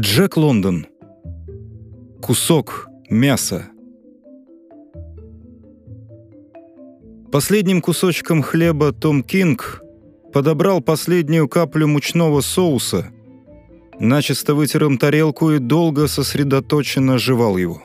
Джек Лондон. Кусок мяса. Последним кусочком хлеба Том Кинг подобрал последнюю каплю мучного соуса, начисто вытер им тарелку и долго сосредоточенно жевал его.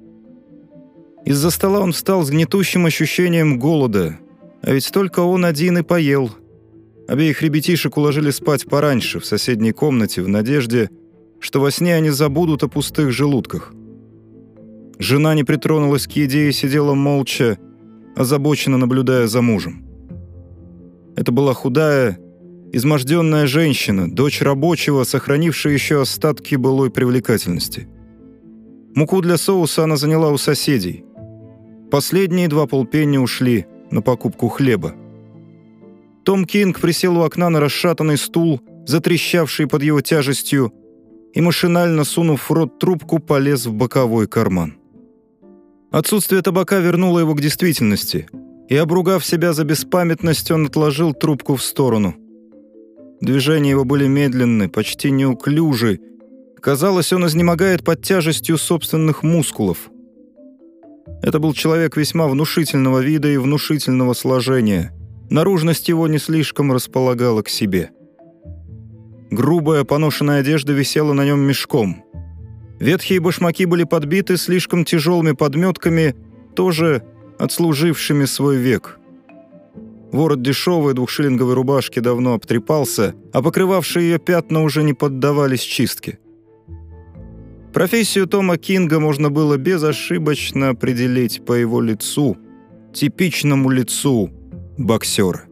Из-за стола он встал с гнетущим ощущением голода, а ведь только он один и поел. Обеих ребятишек уложили спать пораньше, в соседней комнате, в надежде, что во сне они забудут о пустых желудках. Жена не притронулась к еде и сидела молча, озабоченно наблюдая за мужем. Это была худая, изможденная женщина, дочь рабочего, сохранившая еще остатки былой привлекательности. Муку для соуса она заняла у соседей. Последние 2 полпенни ушли на покупку хлеба. Том Кинг присел у окна на расшатанный стул, затрещавший под его тяжестью, и, машинально сунув в рот трубку, полез в боковой карман. Отсутствие табака вернуло его к действительности, и, обругав себя за беспамятность, он отложил трубку в сторону. Движения его были медленны, почти неуклюжи. Казалось, он изнемогает под тяжестью собственных мускулов. Это был человек весьма внушительного вида и внушительного сложения. Наружность его не слишком располагала к себе. Грубая поношенная одежда висела на нем мешком. Ветхие башмаки были подбиты слишком тяжелыми подметками, тоже отслужившими свой век. Ворот дешевой 2-шиллинговой рубашки давно обтрепался, а покрывавшие ее пятна уже не поддавались чистке. Профессию Тома Кинга можно было безошибочно определить по его лицу, типичному лицу боксера.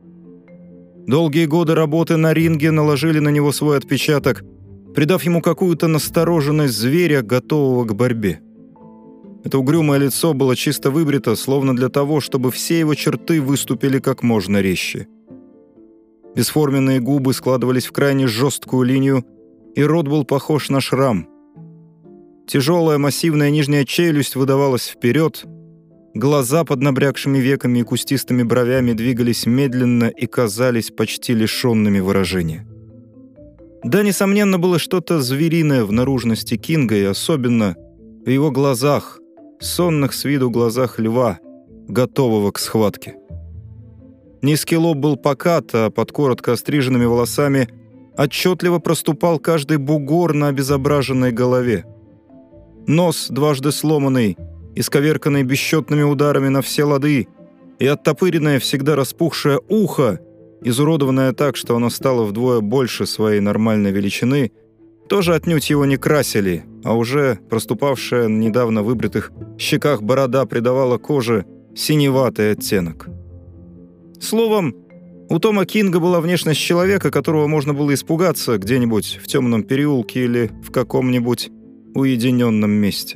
Долгие годы работы на ринге наложили на него свой отпечаток, придав ему какую-то настороженность зверя, готового к борьбе. Это угрюмое лицо было чисто выбрито, словно для того, чтобы все его черты выступили как можно резче. Бесформенные губы складывались в крайне жесткую линию, и рот был похож на шрам. Тяжелая массивная нижняя челюсть выдавалась вперед, глаза под набрякшими веками и кустистыми бровями двигались медленно и казались почти лишенными выражения. Да, несомненно, было что-то звериное в наружности Кинга, и особенно в его глазах, сонных с виду глазах льва, готового к схватке. Низкий лоб был покат, а под коротко остриженными волосами отчетливо проступал каждый бугор на обезображенной голове. Нос, дважды сломанный, исковерканный бесчетными ударами на все лады, и оттопыренное, всегда распухшее ухо, изуродованное так, что оно стало вдвое больше своей нормальной величины, тоже отнюдь его не красили, а уже проступавшая на недавно выбритых щеках борода придавала коже синеватый оттенок. Словом, у Тома Кинга была внешность человека, которого можно было испугаться где-нибудь в темном переулке или в каком-нибудь уединенном месте.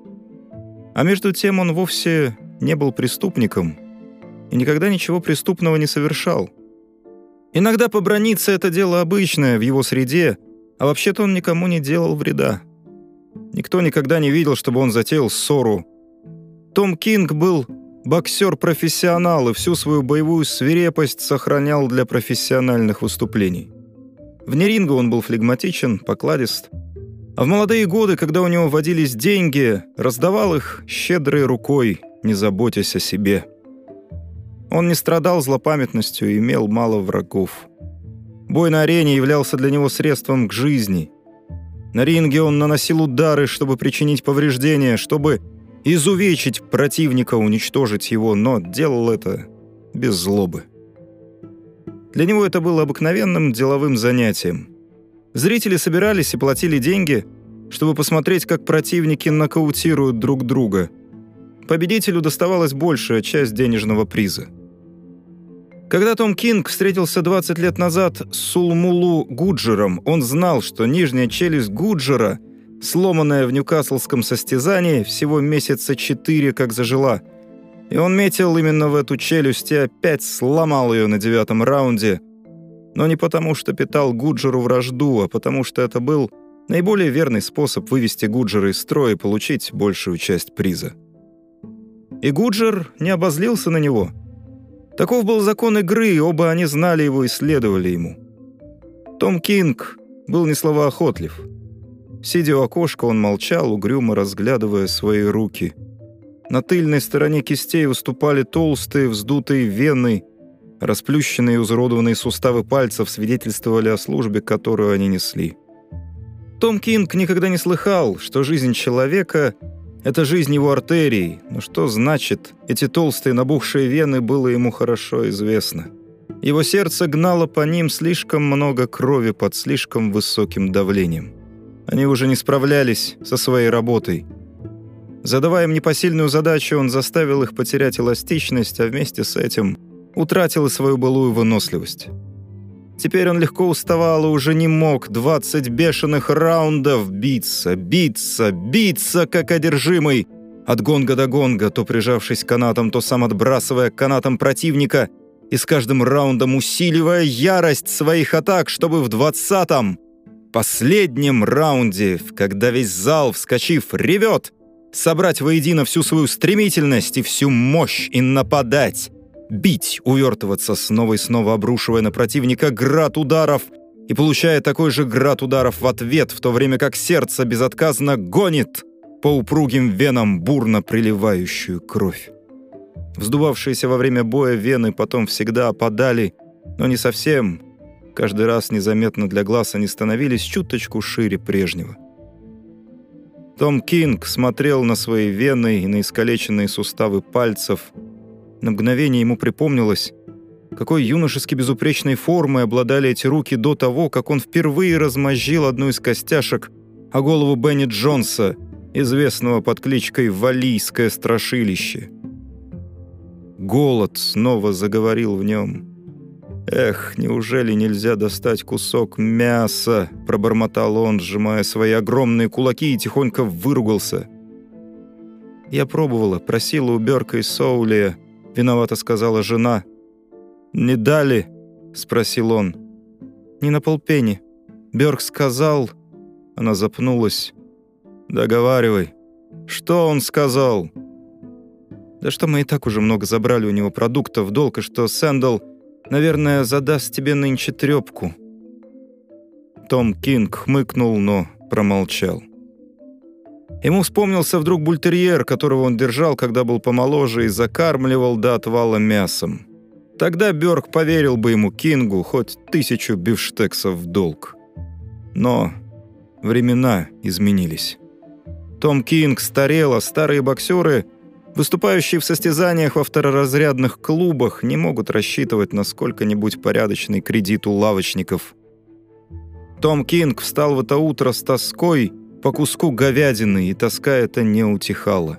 А между тем он вовсе не был преступником и никогда ничего преступного не совершал. Иногда побраниться — это дело обычное в его среде, а вообще-то он никому не делал вреда. Никто никогда не видел, чтобы он затеял ссору. Том Кинг был боксер-профессионал и всю свою боевую свирепость сохранял для профессиональных выступлений. Вне ринга он был флегматичен, покладист. А в молодые годы, когда у него водились деньги, раздавал их щедрой рукой, не заботясь о себе. Он не страдал злопамятностью и имел мало врагов. Бой на арене являлся для него средством к жизни. На ринге он наносил удары, чтобы причинить повреждения, чтобы изувечить противника, уничтожить его, но делал это без злобы. Для него это было обыкновенным деловым занятием. Зрители собирались и платили деньги, чтобы посмотреть, как противники нокаутируют друг друга. Победителю доставалась большая часть денежного приза. Когда Том Кинг встретился 20 лет назад с Сулмулу Гуджером, он знал, что нижняя челюсть Гуджера, сломанная в ньюкаслском состязании, всего месяца 4 как зажила. И он метил именно в эту челюсть и опять сломал ее на 9-м раунде, но не потому, что питал Гуджеру вражду, а потому что это был наиболее верный способ вывести Гуджера из строя и получить большую часть приза. И Гуджер не обозлился на него. Таков был закон игры, и оба они знали его и следовали ему. Том Кинг был не словоохотлив. Сидя у окошка, он молчал, угрюмо разглядывая свои руки. На тыльной стороне кистей выступали толстые, вздутые вены, расплющенные и изуродованные суставы пальцев свидетельствовали о службе, которую они несли. Том Кинг никогда не слыхал, что жизнь человека — это жизнь его артерий, но что значит эти толстые набухшие вены, было ему хорошо известно. Его сердце гнало по ним слишком много крови под слишком высоким давлением. Они уже не справлялись со своей работой. Задавая им непосильную задачу, он заставил их потерять эластичность, а вместе с этим утратил и свою былую выносливость. Теперь он легко уставал и уже не мог 20 бешеных раундов биться, как одержимый, от гонга до гонга, то прижавшись к канатам, то сам отбрасывая к канатам противника и с каждым раундом усиливая ярость своих атак, чтобы в 20-м, последнем раунде, когда весь зал, вскочив, ревет, собрать воедино всю свою стремительность и всю мощь и нападать, бить, увертываться, снова и снова обрушивая на противника град ударов и получая такой же град ударов в ответ, в то время как сердце безотказно гонит по упругим венам бурно приливающую кровь. Вздувавшиеся во время боя вены потом всегда опадали, но не совсем. Каждый раз незаметно для глаз они становились чуточку шире прежнего. Том Кинг смотрел на свои вены и на искалеченные суставы пальцев. На мгновение ему припомнилось, какой юношески безупречной формой обладали эти руки до того, как он впервые размозжил одну из костяшек о голову Бенни Джонса, известного под кличкой «Валлийское страшилище». Голод снова заговорил в нем. «Эх, неужели нельзя достать кусок мяса?» — пробормотал он, сжимая свои огромные кулаки, и тихонько выругался. «Я пробовала, просила у Бёрка и Соулия», — виновато сказала жена. «Не дали?» — спросил он. «Не на полпенни. Бёрк сказал...» Она запнулась. «Договаривай. Что он сказал?» «Да что мы и так уже много забрали у него продуктов в долг, и что Сэндл, наверное, задаст тебе нынче трёпку». Том Кинг хмыкнул, но промолчал. Ему вспомнился вдруг бультерьер, которого он держал, когда был помоложе, и закармливал до отвала мясом. Тогда Бёрк поверил бы ему, Кингу, хоть 1000 бифштексов в долг. Но времена изменились. Том Кинг старел, а старые боксеры, выступающие в состязаниях во второразрядных клубах, не могут рассчитывать на сколько-нибудь порядочный кредит у лавочников. Том Кинг встал в это утро с тоской по куску говядины, и тоска эта не утихала.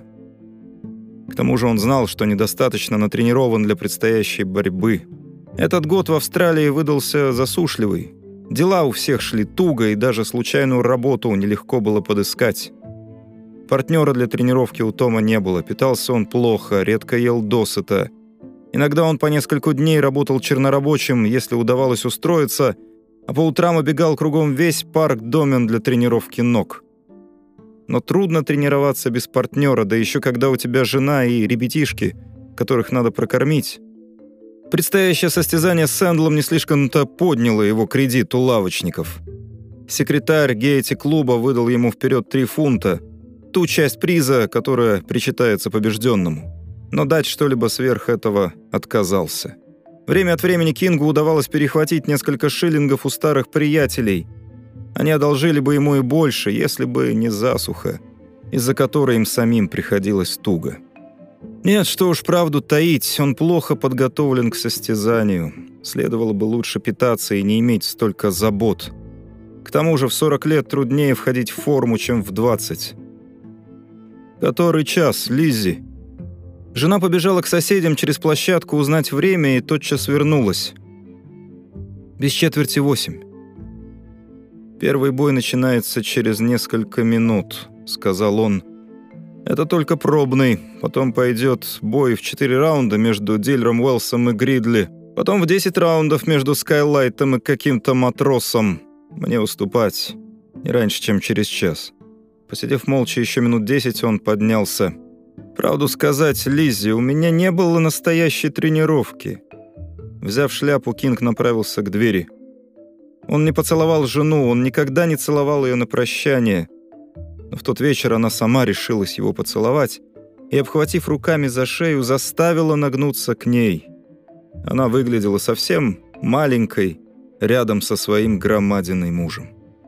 К тому же он знал, что недостаточно натренирован для предстоящей борьбы. Этот год в Австралии выдался засушливый. Дела у всех шли туго, и даже случайную работу нелегко было подыскать. Партнера для тренировки у Тома не было, питался он плохо, редко ел досыта. Иногда он по несколько дней работал чернорабочим, если удавалось устроиться, а по утрам обегал кругом весь парк домен для тренировки ног. Но трудно тренироваться без партнера, да еще когда у тебя жена и ребятишки, которых надо прокормить. Предстоящее состязание с Сэндлом не слишком-то подняло его кредит у лавочников. Секретарь Гейти-клуба выдал ему вперед 3 фунта, ту часть приза, которая причитается побежденному. Но дать что-либо сверх этого отказался. Время от времени Кингу удавалось перехватить несколько шиллингов у старых приятелей. Они одолжили бы ему и больше, если бы не засуха, из-за которой им самим приходилось туго. Нет, что уж правду таить, он плохо подготовлен к состязанию. Следовало бы лучше питаться и не иметь столько забот. К тому же в 40 лет труднее входить в форму, чем в 20. «Который час, Лиззи?» Жена побежала к соседям через площадку узнать время и тотчас вернулась. «Без 7:45. «Первый бой начинается через несколько минут», — сказал он. «Это только пробный. Потом пойдет бой в 4 раунда между Дилером Уэллсом и Гридли. Потом в 10 раундов между Скайлайтом и каким-то матросом. Мне уступать не раньше, чем через час». Посидев молча еще минут 10, он поднялся. «Правду сказать, Лиззи, у меня не было настоящей тренировки». Взяв шляпу, Кинг направился к двери. Он не поцеловал жену, он никогда не целовал ее на прощание. Но в тот вечер она сама решилась его поцеловать и, обхватив руками за шею, заставила нагнуться к ней. Она выглядела совсем маленькой рядом со своим громадиной мужем.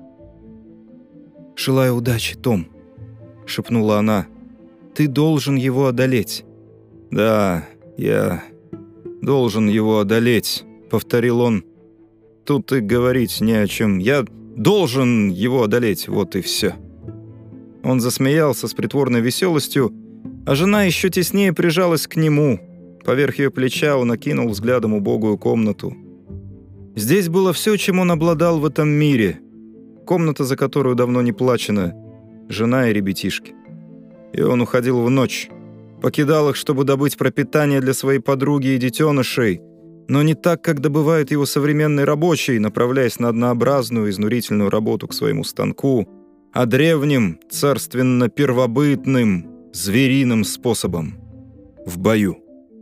«Желаю удачи, Том», — шепнула она. «Ты должен его одолеть». «Да, я должен его одолеть», — повторил он. «Тут и говорить не о чем. Я должен его одолеть, вот и все». Он засмеялся с притворной веселостью, а жена еще теснее прижалась к нему. Поверх ее плеча он окинул взглядом убогую комнату. Здесь было все, чем он обладал в этом мире. Комната, за которую давно не плачено, жена и ребятишки. И он уходил в ночь, покидал их, чтобы добыть пропитание для своей подруги и детенышей, но не так, как добывает его современный рабочий, направляясь на однообразную, изнурительную работу к своему станку, а древним, царственно-первобытным, звериным способом — в бою.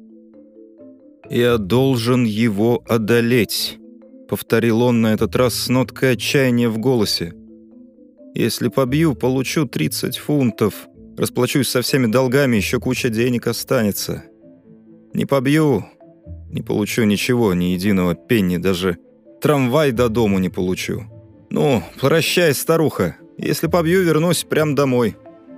«Я должен его одолеть», — повторил он на этот раз с ноткой отчаяния в голосе. «Если побью, получу 30 фунтов, расплачусь со всеми долгами, еще куча денег останется. Не побью, не получу ничего, ни единого пенни, даже трамвай до дому не получу. Ну, прощай, старуха, если побью, вернусь прямо домой».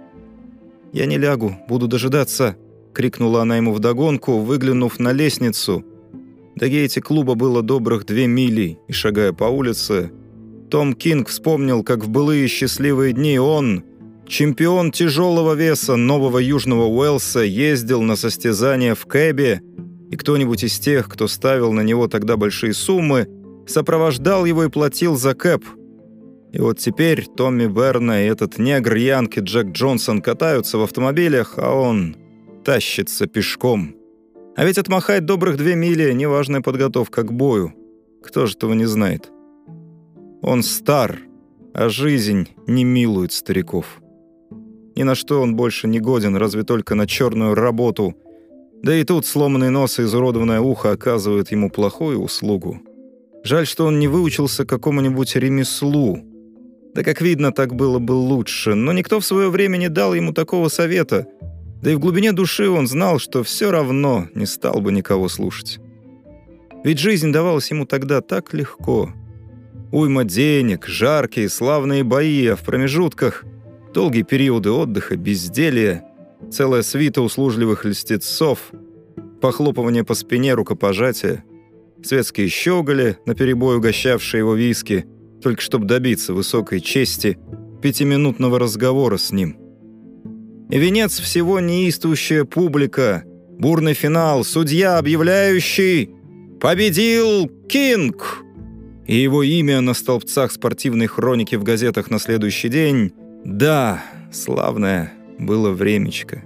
«Я не лягу, буду дожидаться», — крикнула она ему вдогонку, выглянув на лестницу. До гейти клуба было добрых 2 мили, и, шагая по улице, Том Кинг вспомнил, как в былые счастливые дни он, чемпион тяжелого веса Нового Южного Уэльса, ездил на состязания в кэбе, и кто-нибудь из тех, кто ставил на него тогда большие суммы, сопровождал его и платил за кэб. И вот теперь Томми Берна и этот негр Янки Джек Джонсон катаются в автомобилях, а он тащится пешком. А ведь отмахать добрых 2 мили — неважная подготовка к бою. Кто же этого не знает? Он стар, а жизнь не милует стариков. Ни на что он больше не годен, разве только на черную работу. Да и тут сломанный нос и изуродованное ухо оказывают ему плохую услугу. Жаль, что он не выучился какому-нибудь ремеслу. Да, как видно, так было бы лучше, но никто в свое время не дал ему такого совета. Да и в глубине души он знал, что все равно не стал бы никого слушать. Ведь жизнь давалась ему тогда так легко. Уйма денег, жаркие, славные бои, а в промежутках долгие периоды отдыха, безделья, целая свита услужливых льстецов, похлопывание по спине, рукопожатия, светские щеголи, наперебой угощавшие его виски, только чтобы добиться высокой чести 5-минутного разговора с ним. И венец всего неистующая публика, бурный финал, судья, объявляющий «Победил Кинг!» И его имя на столбцах спортивной хроники в газетах на следующий день. Да, славное было времечко.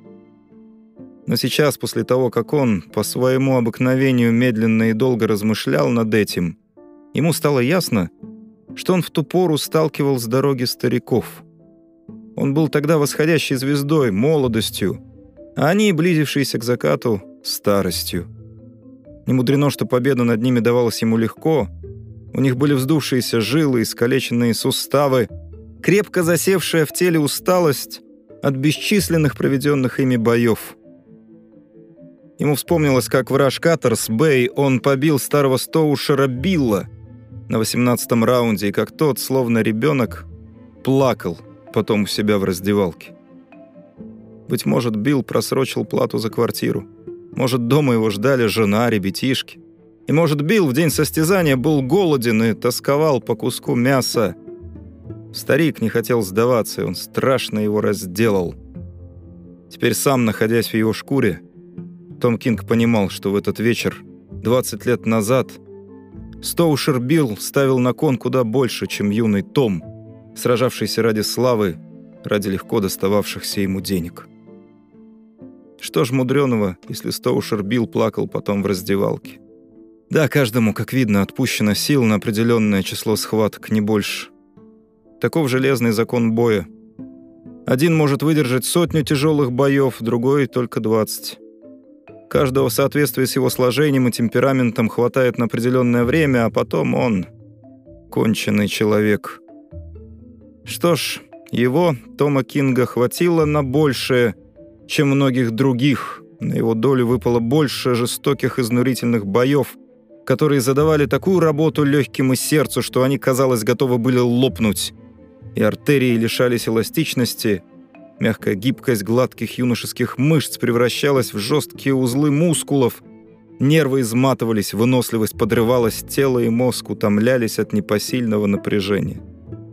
Но сейчас, после того, как он по своему обыкновению медленно и долго размышлял над этим, ему стало ясно, что он в ту пору сталкивал с дороги стариков. Он был тогда восходящей звездой, молодостью, а они, близившиеся к закату, старостью. Не мудрено, что победа над ними давалась ему легко. У них были вздувшиеся жилы, искалеченные суставы, крепко засевшая в теле усталость от бесчисленных проведенных ими боев. Ему вспомнилось, как в Раш-Каттерс-Бэй он побил старого Стоушера Билла на 18-м раунде, и как тот, словно ребенок, плакал потом у себя в раздевалке. Быть может, Билл просрочил плату за квартиру. Может, дома его ждали жена, ребятишки. И может, Билл в день состязания был голоден и тосковал по куску мяса. Старик не хотел сдаваться, и он страшно его разделал. Теперь сам, находясь в его шкуре, Том Кинг понимал, что в этот вечер, 20 лет назад, Стоушер Билл ставил на кон куда больше, чем юный Том, сражавшийся ради славы, ради легко достававшихся ему денег. Что ж мудреного, если Стоушер Билл плакал потом в раздевалке? Да, каждому, как видно, отпущено сил на определенное число схваток, не больше. Таков железный закон боя. Один может выдержать 100 тяжелых боев, другой — только 20. Каждого в соответствии с его сложением и темпераментом хватает на определенное время, а потом он Конченый человек. Что ж, его, Тома Кинга, хватило на большее, чем многих других. На его долю выпало больше жестоких изнурительных боев, которые задавали такую работу легким и сердцу, что они, казалось, готовы были лопнуть. И артерии лишались эластичности, мягкая гибкость гладких юношеских мышц превращалась в жесткие узлы мускулов, нервы изматывались, выносливость подрывалась, тело и мозг утомлялись от непосильного напряжения.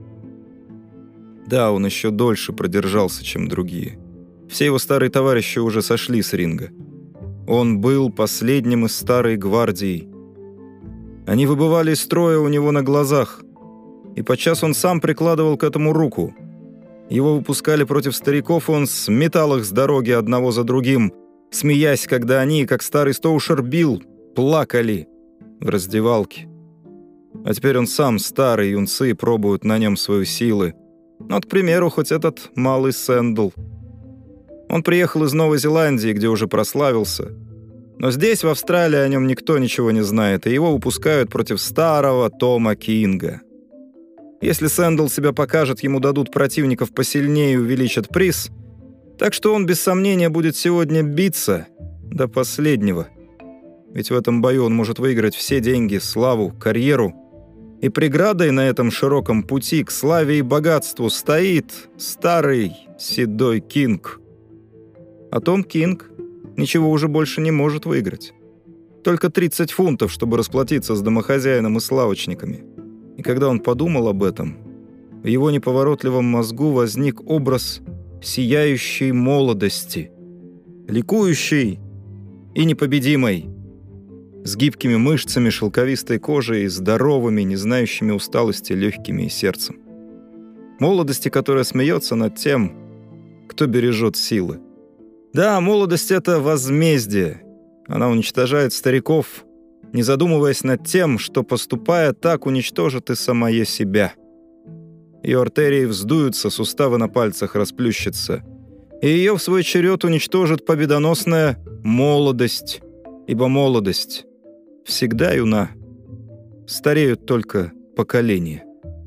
Да, он еще дольше продержался, чем другие. Все его старые товарищи уже сошли с ринга. Он был последним из старой гвардии. Они выбывали из строя у него на глазах, и подчас он сам прикладывал к этому руку. Его выпускали против стариков, и он сметал их с дороги одного за другим, смеясь, когда они, как старый Стоушер Билл, плакали в раздевалке. А теперь он сам, старый, юнцы, пробуют на нем свои силы. Вот, к примеру, хоть этот малый Сэндл. Он приехал из Новой Зеландии, где уже прославился. Но здесь, в Австралии, о нем никто ничего не знает, и его выпускают против старого Тома Кинга. Если Сэндл себя покажет, ему дадут противников посильнее и увеличат приз, так что он без сомнения будет сегодня биться до последнего. Ведь в этом бою он может выиграть все деньги, славу, карьеру. И преградой на этом широком пути к славе и богатству стоит старый седой Кинг. А Том Кинг ничего уже больше не может выиграть. Только 30 фунтов, чтобы расплатиться с домохозяином и с лавочниками. И когда он подумал об этом, в его неповоротливом мозгу возник образ сияющей молодости, ликующей и непобедимой, с гибкими мышцами, шелковистой кожей и здоровыми, не знающими усталости легкими и сердцем. Молодости, которая смеется над тем, кто бережет силы. Да, молодость — это возмездие. Она уничтожает стариков, не задумываясь над тем, что, поступая так, уничтожит и самое себя. Ее артерии вздуются, суставы на пальцах расплющатся. И ее в свой черед уничтожит победоносная молодость, ибо молодость всегда юна. Стареют только поколения.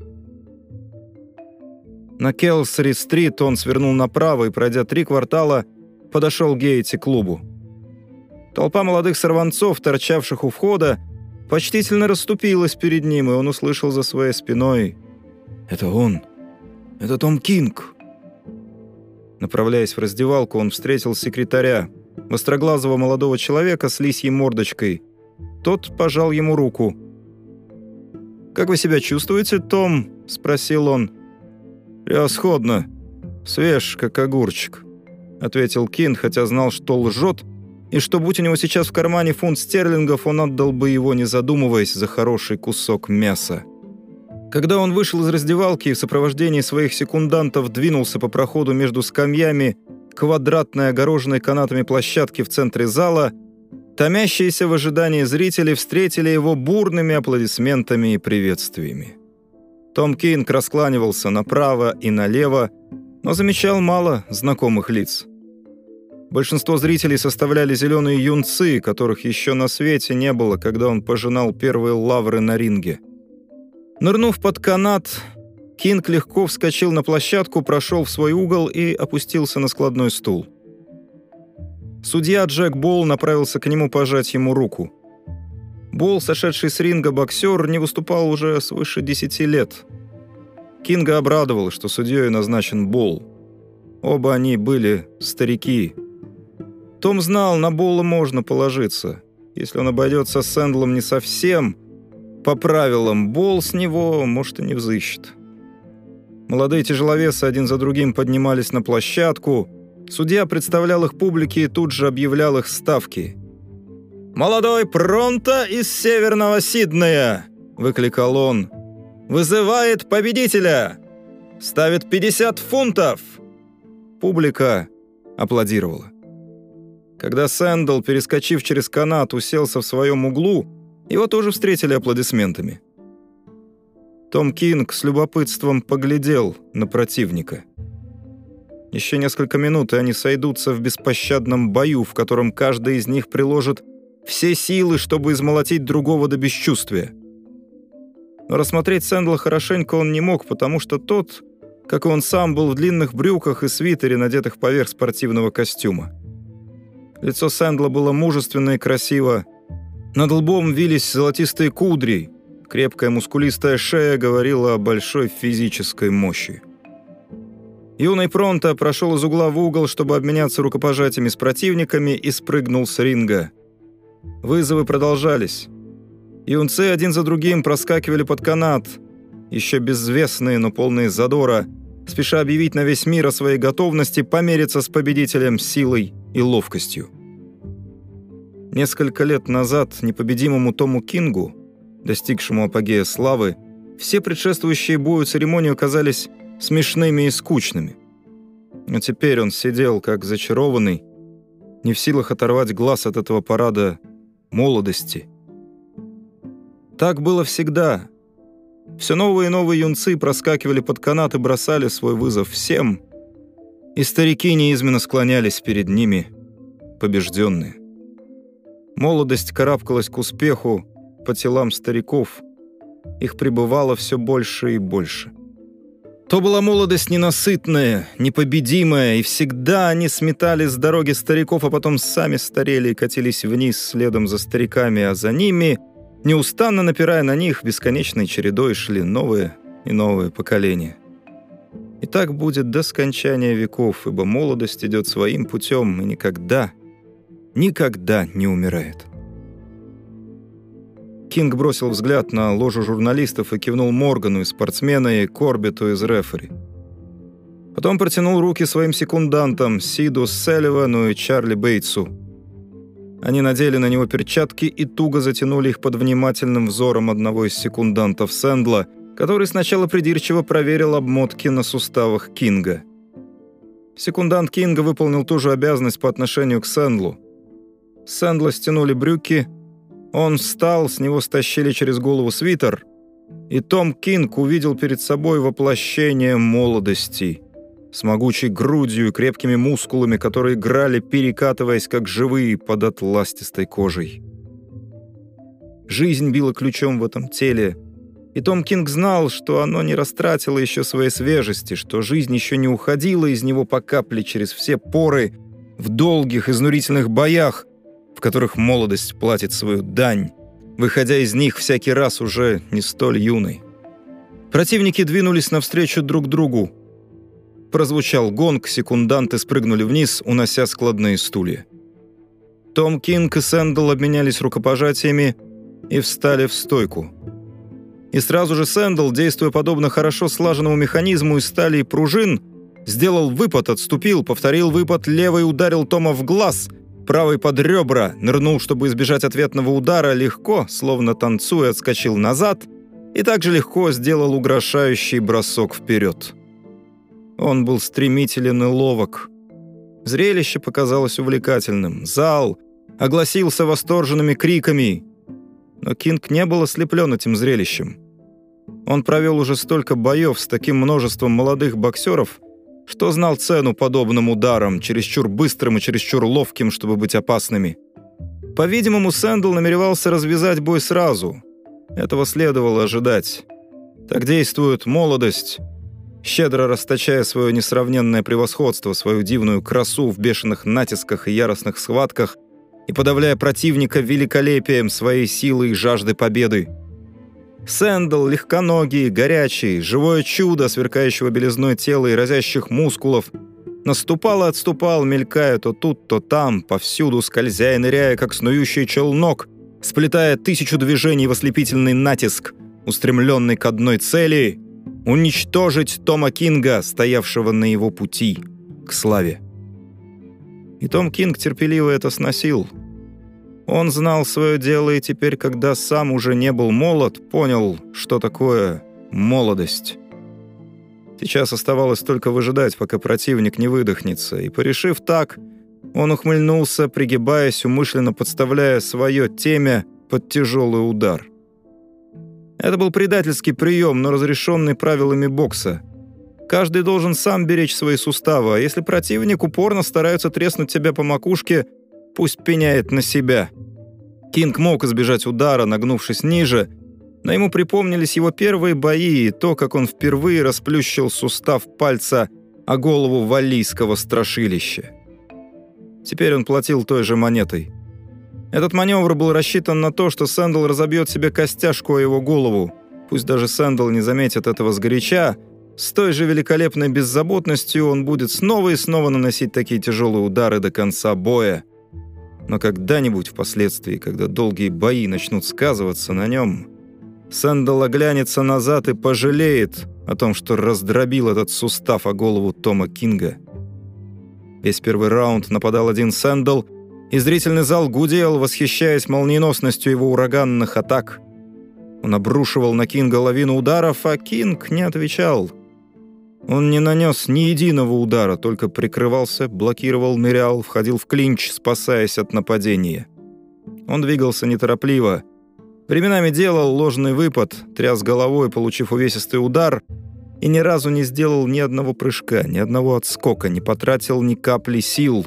На Келсри-стрит он свернул направо и, пройдя 3 квартала, подошел к Гейти-клубу. Толпа молодых сорванцов, торчавших у входа, почтительно расступилась перед ним, и он услышал за своей спиной: «Это он! Это Том Кинг!» Направляясь в раздевалку, он встретил секретаря, востроглазого молодого человека с лисьей мордочкой. Тот пожал ему руку. «Как вы себя чувствуете, Том?» — спросил он. «Превосходно. Свеж, как огурчик», — ответил Кинг, хотя знал, что лжет, и что, будь у него сейчас в кармане фунт стерлингов, он отдал бы его, не задумываясь, за хороший кусок мяса. Когда он вышел из раздевалки и в сопровождении своих секундантов двинулся по проходу между скамьями к квадратной, огороженной канатами площадке в центре зала, томящиеся в ожидании зрители встретили его бурными аплодисментами и приветствиями. Том Кинг раскланивался направо и налево, но замечал мало знакомых лиц. Большинство зрителей составляли зеленые юнцы, которых еще на свете не было, когда он пожинал первые лавры на ринге. Нырнув под канат, Кинг легко вскочил на площадку, прошел в свой угол и опустился на складной стул. Судья Джек Болл направился к нему пожать ему руку. Болл, сошедший с ринга боксер, не выступал уже свыше 10 лет. Кинга обрадовало, что судьей назначен Болл. Оба они были старики. Том знал, на Болла можно положиться. Если он обойдется с Сэндлом не совсем по правилам, Болл с него, может, и не взыщет. Молодые тяжеловесы один за другим поднимались на площадку. Судья представлял их публике и тут же объявлял их ставки. «Молодой Пронто из Северного Сиднея!» — выкликал он. «Вызывает победителя! Ставит 50 фунтов!» Публика аплодировала. Когда Сэндл, перескочив через канат, уселся в своем углу, его тоже встретили аплодисментами. Том Кинг с любопытством поглядел на противника. Еще несколько минут, и они сойдутся в беспощадном бою, в котором каждый из них приложит все силы, чтобы измолотить другого до бесчувствия. Но рассмотреть Сэндла хорошенько он не мог, потому что тот, как и он сам, был в длинных брюках и свитере, надетых поверх спортивного костюма. Лицо Сэндла было мужественно и красиво. Над лбом вились золотистые кудри. Крепкая мускулистая шея говорила о большой физической мощи. Юный Пронто прошел из угла в угол, чтобы обменяться рукопожатиями с противниками, и спрыгнул с ринга. Вызовы продолжались. Юнцы один за другим проскакивали под канат, еще безвестные, но полные задора, спеша объявить на весь мир о своей готовности помериться с победителем силой и ловкостью. Несколько лет назад непобедимому Тому Кингу, достигшему апогея славы, все предшествующие бою церемонию казались смешными и скучными. Но теперь он сидел, как зачарованный, не в силах оторвать глаз от этого парада молодости. Так было всегда. Все новые и новые юнцы проскакивали под канат и бросали свой вызов всем, и старики неизменно склонялись перед ними, побежденные. Молодость карабкалась к успеху по телам стариков, их прибывало все больше и больше. То была молодость ненасытная, непобедимая, и всегда они сметали с дороги стариков, а потом сами старели и катились вниз следом за стариками, а за ними, неустанно напирая на них, бесконечной чередой шли новые и новые поколения. И так будет до скончания веков, ибо молодость идет своим путем и никогда, никогда не умирает. Кинг бросил взгляд на ложу журналистов и кивнул Моргану и спортсмена, и Корбетту из рефери. Потом протянул руки своим секундантам Сиду Селливану и Чарли Бейтсу. Они надели на него перчатки и туго затянули их под внимательным взором одного из секундантов Сэндла, который сначала придирчиво проверил обмотки на суставах Кинга. Секундант Кинга выполнил ту же обязанность по отношению к Сэндлу. С Сэндла стянули брюки, он встал, с него стащили через голову свитер, и Том Кинг увидел перед собой воплощение молодости, с могучей грудью и крепкими мускулами, которые играли, перекатываясь как живые под атластистой кожей. Жизнь била ключом в этом теле, и Том Кинг знал, что оно не растратило еще своей свежести, что жизнь еще не уходила из него по капле через все поры в долгих, изнурительных боях, в которых молодость платит свою дань, выходя из них всякий раз уже не столь юной. Противники двинулись навстречу друг другу. Прозвучал гонг, секунданты спрыгнули вниз, унося складные стулья. Том Кинг и Сэндл обменялись рукопожатиями и встали в стойку. И сразу же Сэндл, действуя подобно хорошо слаженному механизму из стали и пружин, сделал выпад, отступил, повторил выпад, левый ударил Тома в глаз, правый под ребра, нырнул, чтобы избежать ответного удара, легко, словно танцуя, отскочил назад и также легко сделал угрожающий бросок вперед. Он был стремителен и ловок. Зрелище показалось увлекательным. Зал огласился восторженными криками. Но Кинг не был ослеплен этим зрелищем. Он провел уже столько боев с таким множеством молодых боксеров, что знал цену подобным ударам, чересчур быстрым и чересчур ловким, чтобы быть опасными. По-видимому, Сэндл намеревался развязать бой сразу. Этого следовало ожидать. Так действует молодость, щедро расточая свое несравненное превосходство, свою дивную красу в бешеных натисках и яростных схватках и подавляя противника великолепием своей силы и жажды победы. Сэндл, легконогий, горячий, живое чудо сверкающего белизной тела и разящих мускулов, наступал и отступал, мелькая то тут, то там, повсюду скользя и ныряя, как снующий челнок, сплетая 1000 движений в ослепительный натиск, устремленный к одной цели — уничтожить Тома Кинга, стоявшего на его пути к славе. И Том Кинг терпеливо это сносил. Он знал свое дело и теперь, когда сам уже не был молод, понял, что такое молодость. Сейчас оставалось только выжидать, пока противник не выдохнется, и, порешив так, он ухмыльнулся, пригибаясь, умышленно подставляя свое темя под тяжелый удар. Это был предательский прием, но разрешенный правилами бокса. Каждый должен сам беречь свои суставы, а если противник упорно старается треснуть тебя по макушке, пусть пеняет на себя. Кинг мог избежать удара, нагнувшись ниже, Но ему припомнились его первые бои и то, как он впервые расплющил сустав пальца о голову валлийского страшилища. Теперь он платил той же монетой. Этот маневр был рассчитан на то, что Сэндл разобьет себе костяшку о его голову. Пусть даже Сэндл не заметит этого сгоряча, с той же великолепной беззаботностью он будет снова и снова наносить такие тяжелые удары до конца боя. Но когда-нибудь впоследствии, когда долгие бои начнут сказываться на нем, Сэндл оглянется назад и пожалеет о том, что раздробил этот сустав о голову Тома Кинга. Весь первый раунд нападал один Сэндл, и зрительный зал гудел, восхищаясь молниеносностью его ураганных атак. Он обрушивал на Кинга лавину ударов, а Кинг не отвечал. Он не нанес ни единого удара, только прикрывался, блокировал, нырял, входил в клинч, спасаясь от нападения. Он двигался неторопливо. Временами делал ложный выпад, тряс головой, получив увесистый удар, и ни разу не сделал ни одного прыжка, ни одного отскока, не потратил ни капли сил.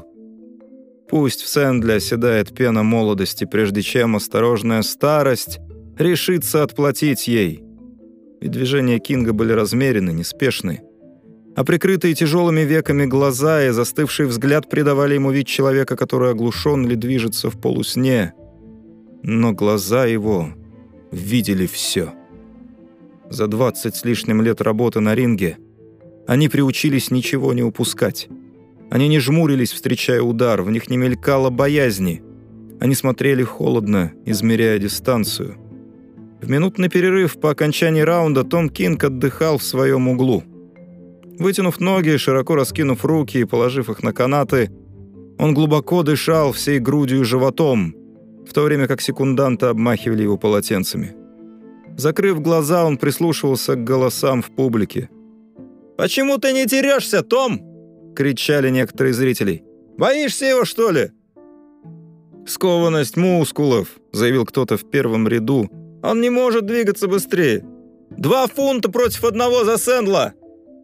Пусть в Сэндле оседает пена молодости, прежде чем осторожная старость решится отплатить ей. Ведь движения Кинга были размерены, неспешны. А прикрытые тяжелыми веками глаза и застывший взгляд придавали ему вид человека, который оглушен или движется в полусне. Но глаза его видели все. За 20 с лишним лет работы на ринге они приучились ничего не упускать. Они не жмурились, встречая удар, в них не мелькало боязни. Они смотрели холодно, измеряя дистанцию. В минутный перерыв по окончании раунда Том Кинг отдыхал в своем углу. Вытянув ноги, широко раскинув руки и положив их на канаты, он глубоко дышал всей грудью и животом, в то время как секунданты обмахивали его полотенцами. Закрыв глаза, он прислушивался к голосам в публике. «Почему ты не дерешься, Том?» — кричали некоторые зрители. «Боишься его, что ли?» «Скованность мускулов», — заявил кто-то в первом ряду. «Он не может двигаться быстрее. 2 фунта против 1 за Сэндла!»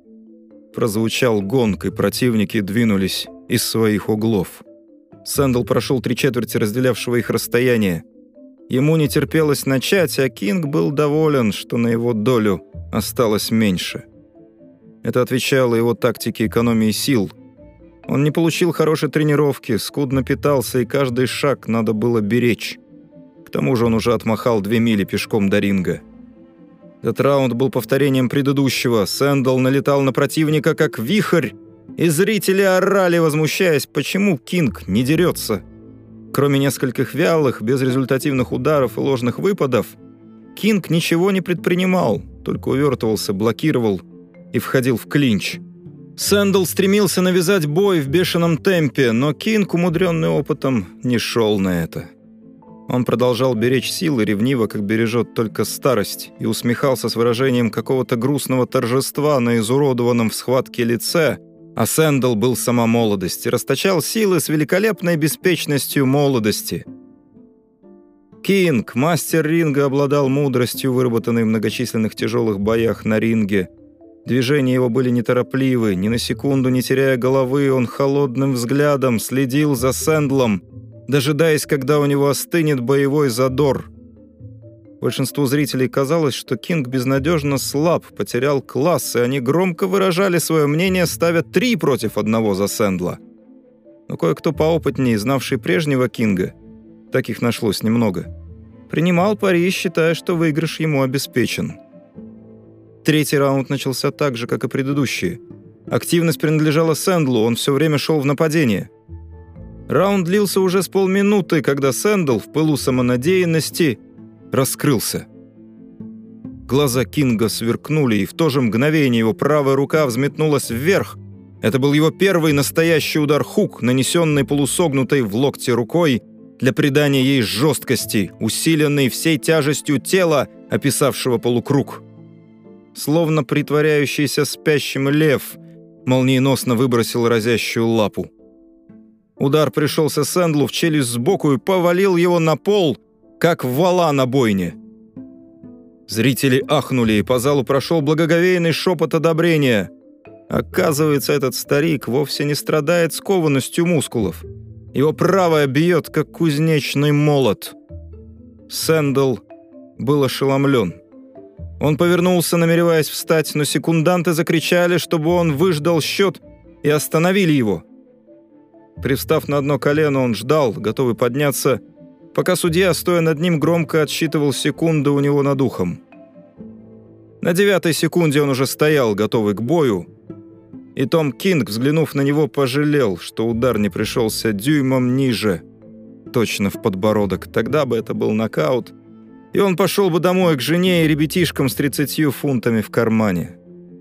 Прозвучал гонг, и противники двинулись из своих углов. Сэндл прошел 3/4 разделявшего их расстояния. Ему не терпелось начать, а Кинг был доволен, что на его долю осталось меньше. Это отвечало его тактике экономии сил. Он не получил хорошей тренировки, скудно питался, и каждый шаг надо было беречь. К тому же он уже отмахал 2 мили пешком до ринга. Этот раунд был повторением предыдущего. Сэндл налетал на противника как вихрь, и зрители орали, возмущаясь, почему Кинг не дерется. Кроме нескольких вялых, безрезультативных ударов и ложных выпадов, Кинг ничего не предпринимал, только увертывался, блокировал и входил в клинч. Сэндл стремился навязать бой в бешеном темпе, но Кинг, умудренный опытом, не шел на это. Он продолжал беречь силы ревниво, как бережет только старость, и усмехался с выражением какого-то грустного торжества на изуродованном в схватке лице, а Сэндл был сама молодость и расточал силы с великолепной беспечностью молодости. Кинг, мастер ринга, обладал мудростью, выработанной в многочисленных тяжелых боях на ринге. Движения его были неторопливы, ни на секунду не теряя головы, он холодным взглядом следил за Сэндлом, дожидаясь, когда у него остынет боевой задор. Большинству зрителей казалось, что Кинг безнадежно слаб, потерял класс, и они громко выражали свое мнение, ставя 3 против 1 за Сэндла. Но кое-кто поопытнее, знавший прежнего Кинга, таких нашлось немного, принимал пари, считая, что выигрыш ему обеспечен. 3-й раунд начался так же, как и предыдущие. Активность принадлежала Сэндлу, он все время шел в нападение. Раунд длился уже с полминуты, когда Сэндл в пылу самонадеянности раскрылся. Глаза Кинга сверкнули, и в то же мгновение его правая рука взметнулась вверх. Это был его первый настоящий удар-хук, нанесенный полусогнутой в локте рукой для придания ей жесткости, усиленной всей тяжестью тела, описавшего полукруг. Словно притворяющийся спящим лев, молниеносно выбросил разящую лапу. Удар пришелся Сэндлу в челюсть сбоку и повалил его на пол, как вала на бойне. Зрители ахнули, и по залу прошел благоговейный шепот одобрения. Оказывается, этот старик вовсе не страдает скованностью мускулов. Его правая бьет, как кузнечный молот. Сэндл был ошеломлен. Он повернулся, намереваясь встать, но секунданты закричали, чтобы он выждал счет, и остановили его. Привстав на одно колено, он ждал, готовый подняться, пока судья, стоя над ним, громко отсчитывал секунды у него над ухом. На 9-й секунде он уже стоял, готовый к бою, и Том Кинг, взглянув на него, пожалел, что удар не пришелся дюймом ниже, точно в подбородок. Тогда бы это был нокаут, и он пошел бы домой к жене и ребятишкам с 30 фунтами в кармане.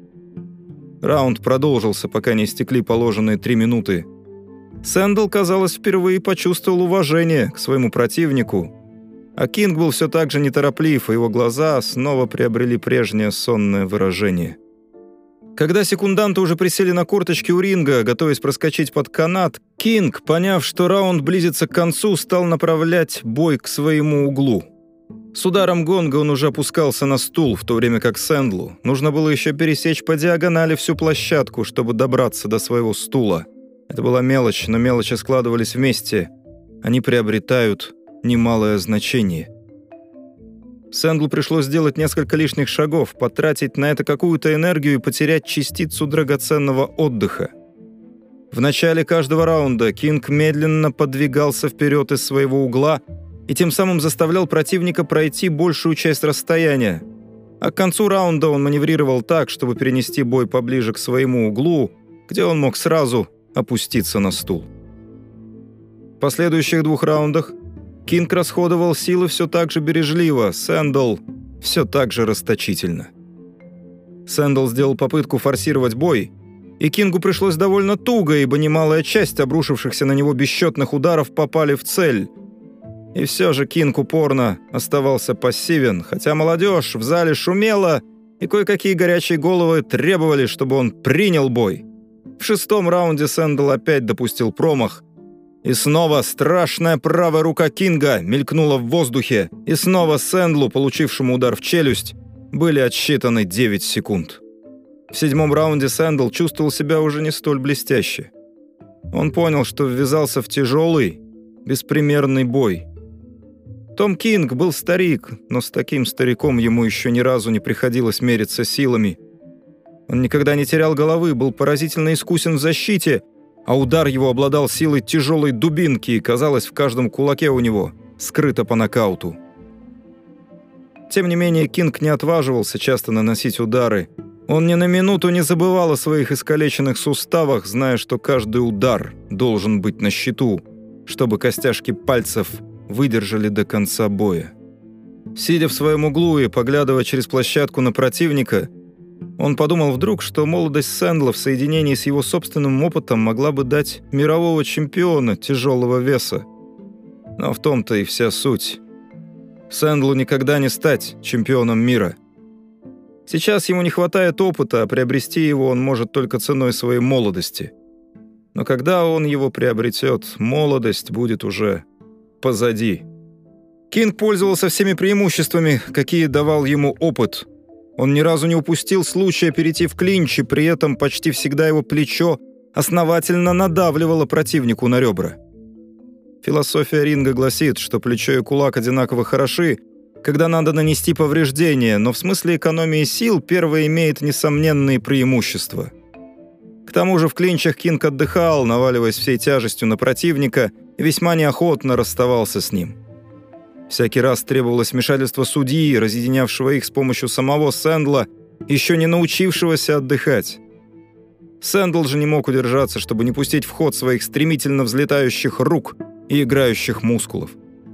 Раунд продолжился, пока не истекли положенные 3 минуты. Сэндл, казалось, впервые почувствовал уважение к своему противнику, а Кинг был все так же нетороплив, и его глаза снова приобрели прежнее сонное выражение. Когда секунданты уже присели на корточки у ринга, готовясь проскочить под канат, Кинг, поняв, что раунд близится к концу, стал направлять бой к своему углу. С ударом гонга он уже опускался на стул, в то время как Сэндлу нужно было еще пересечь по диагонали всю площадку, чтобы добраться до своего стула. Это была мелочь, но мелочи складывались вместе. Они приобретают немалое значение. Сэндлу пришлось сделать несколько лишних шагов, потратить на это какую-то энергию и потерять частицу драгоценного отдыха. В начале каждого раунда Кинг медленно подвигался вперед из своего угла и тем самым заставлял противника пройти большую часть расстояния. А к концу раунда он маневрировал так, чтобы перенести бой поближе к своему углу, где он мог сразу опуститься на стул. В последующих 2 раундах Кинг расходовал силы все так же бережливо, Сэндл все так же расточительно. Сэндл сделал попытку форсировать бой, и Кингу пришлось довольно туго, ибо немалая часть обрушившихся на него бесчетных ударов попали в цель. И все же Кинг упорно оставался пассивен, хотя молодежь в зале шумела, и кое-какие горячие головы требовали, чтобы он принял бой. В 6-м раунде Сэндл опять допустил промах, и снова страшная правая рука Кинга мелькнула в воздухе, и снова Сэндлу, получившему удар в челюсть, были отсчитаны 9 секунд. В 7-м раунде Сэндл чувствовал себя уже не столь блестяще. Он понял, что ввязался в тяжелый, беспримерный бой. Том Кинг был старик, но с таким стариком ему еще ни разу не приходилось мериться силами. Он никогда не терял головы, был поразительно искусен в защите, а удар его обладал силой тяжелой дубинки, и, казалось, в каждом кулаке у него скрыто по нокауту. Тем не менее, Кинг не отваживался часто наносить удары. Он ни на минуту не забывал о своих искалеченных суставах, зная, что каждый удар должен быть на счету, чтобы костяшки пальцев выдержали до конца боя. Сидя в своем углу и поглядывая через площадку на противника, он подумал вдруг, что молодость Сэндла в соединении с его собственным опытом могла бы дать мирового чемпиона тяжелого веса. Но в том-то и вся суть. Сэндлу никогда не стать чемпионом мира. Сейчас ему не хватает опыта, а приобрести его он может только ценой своей молодости. Но когда он его приобретет, молодость будет уже позади. Кинг пользовался всеми преимуществами, какие давал ему опыт. Он ни разу не упустил случая перейти в клинч, и при этом почти всегда его плечо основательно надавливало противнику на ребра. Философия ринга гласит, что плечо и кулак одинаково хороши, когда надо нанести повреждение, но в смысле экономии сил первое имеет несомненные преимущества. К тому же в клинчах Кинг отдыхал, наваливаясь всей тяжестью на противника, и весьма неохотно расставался с ним. Всякий раз требовалось вмешательство судьи, разъединявшего их с помощью самого Сэндла, еще не научившегося отдыхать. Сэндл же не мог удержаться, чтобы не пустить в ход своих стремительно взлетающих рук и играющих мускулов.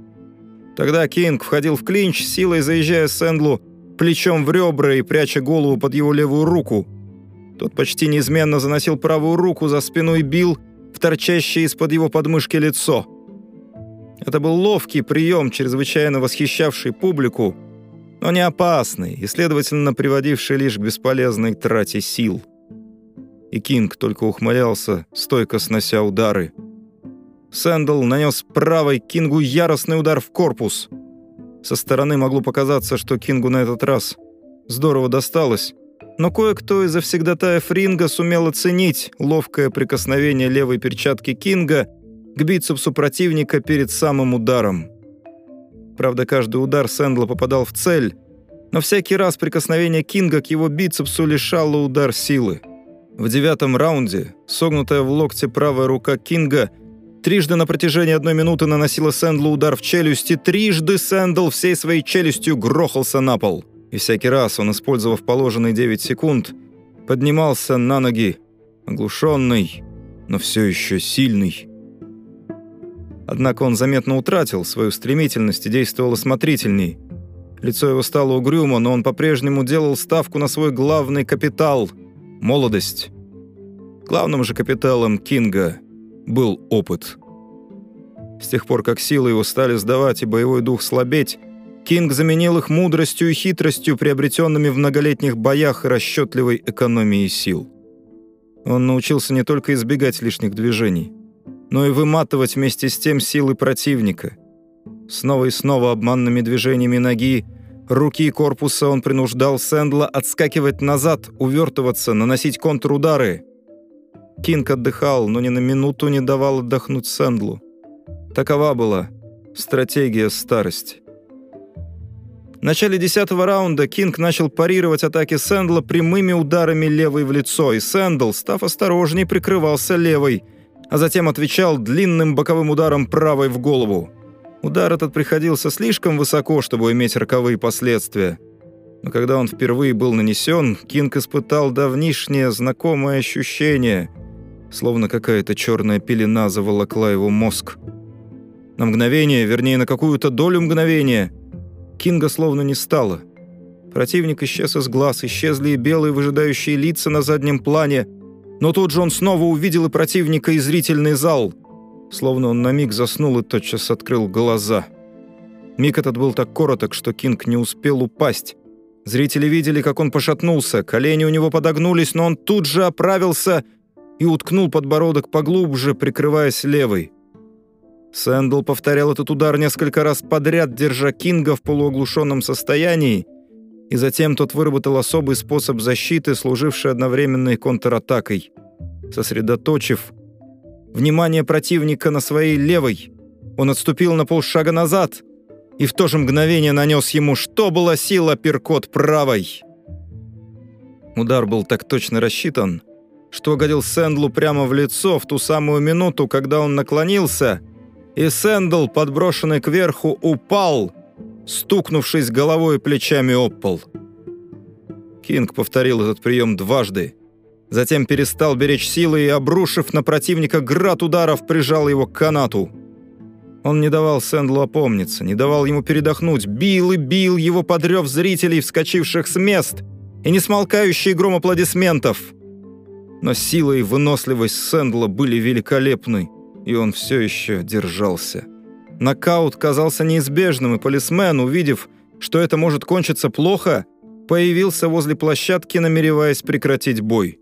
Тогда Кинг входил в клинч, силой заезжая Сэндлу плечом в ребра и пряча голову под его левую руку. Тот почти неизменно заносил правую руку за спину и бил в торчащее из-под его подмышки лицо. Это был ловкий прием, чрезвычайно восхищавший публику, но не опасный и, следовательно, приводивший лишь к бесполезной трате сил. И Кинг только ухмылялся, стойко снося удары. Сэндл нанес правой Кингу яростный удар в корпус. Со стороны могло показаться, что Кингу на этот раз здорово досталось, но кое-кто из завсегдатаев ринга сумел оценить ловкое прикосновение левой перчатки Кинга к бицепсу противника перед самым ударом. Правда, каждый удар Сэндла попадал в цель, но всякий раз прикосновение Кинга к его бицепсу лишало удар силы. В 9-м раунде согнутая в локте правая рука Кинга трижды на протяжении 1 минуты наносила Сэндлу удар в челюсть, и трижды Сэндл всей своей челюстью грохался на пол. И всякий раз он, использовав положенные 9 секунд, поднимался на ноги, оглушенный, но все еще сильный. Однако он заметно утратил свою стремительность и действовал осмотрительней. Лицо его стало угрюмо, но он по-прежнему делал ставку на свой главный капитал – молодость. Главным же капиталом Кинга был опыт. С тех пор, как силы его стали сдавать и боевой дух слабеть, Кинг заменил их мудростью и хитростью, приобретенными в многолетних боях и расчетливой экономией сил. Он научился не только избегать лишних движений, но и выматывать вместе с тем силы противника. Снова и снова обманными движениями ноги, руки и корпуса он принуждал Сэндла отскакивать назад, увертываться, наносить контрудары. Кинг отдыхал, но ни на минуту не давал отдохнуть Сэндлу. Такова была стратегия старости. В начале 10-го раунда Кинг начал парировать атаки Сэндла прямыми ударами левой в лицо, и Сэндл, став осторожней, прикрывался левой, а затем отвечал длинным боковым ударом правой в голову. Удар этот приходился слишком высоко, чтобы иметь роковые последствия. Но когда он впервые был нанесен, Кинг испытал давнишнее знакомое ощущение, словно какая-то черная пелена заволокла его мозг. На мгновение, вернее, на какую-то долю мгновения, Кинга словно не стало. Противник исчез из глаз, исчезли и белые выжидающие лица на заднем плане, но тут же он снова увидел и противника, и зрительный зал. Словно он на миг заснул и тотчас открыл глаза. Миг этот был так короток, что Кинг не успел упасть. Зрители видели, как он пошатнулся, колени у него подогнулись, но он тут же оправился и уткнул подбородок поглубже, прикрываясь левой. Сэндл повторял этот удар несколько раз подряд, держа Кинга в полуоглушенном состоянии, и затем тот выработал особый способ защиты, служивший одновременно и контратакой. Сосредоточив внимание противника на своей левой, он отступил на полшага назад и в то же мгновение нанес ему, что было сил, апперкот правой. Удар был так точно рассчитан, что угодил Сэндлу прямо в лицо в ту самую минуту, когда он наклонился, и Сэндл, подброшенный кверху, упал, стукнувшись головой и плечами об пол. Кинг повторил этот прием дважды, затем перестал беречь силы и, обрушив на противника град ударов, прижал его к канату. Он не давал Сэндлу опомниться, не давал ему передохнуть, бил и бил его под рев зрителей, вскочивших с мест, и несмолкающий гром аплодисментов. Но сила и выносливость Сэндла были великолепны, и он все еще держался. Нокаут казался неизбежным, и полисмен, увидев, что это может кончиться плохо, появился возле площадки, намереваясь прекратить бой.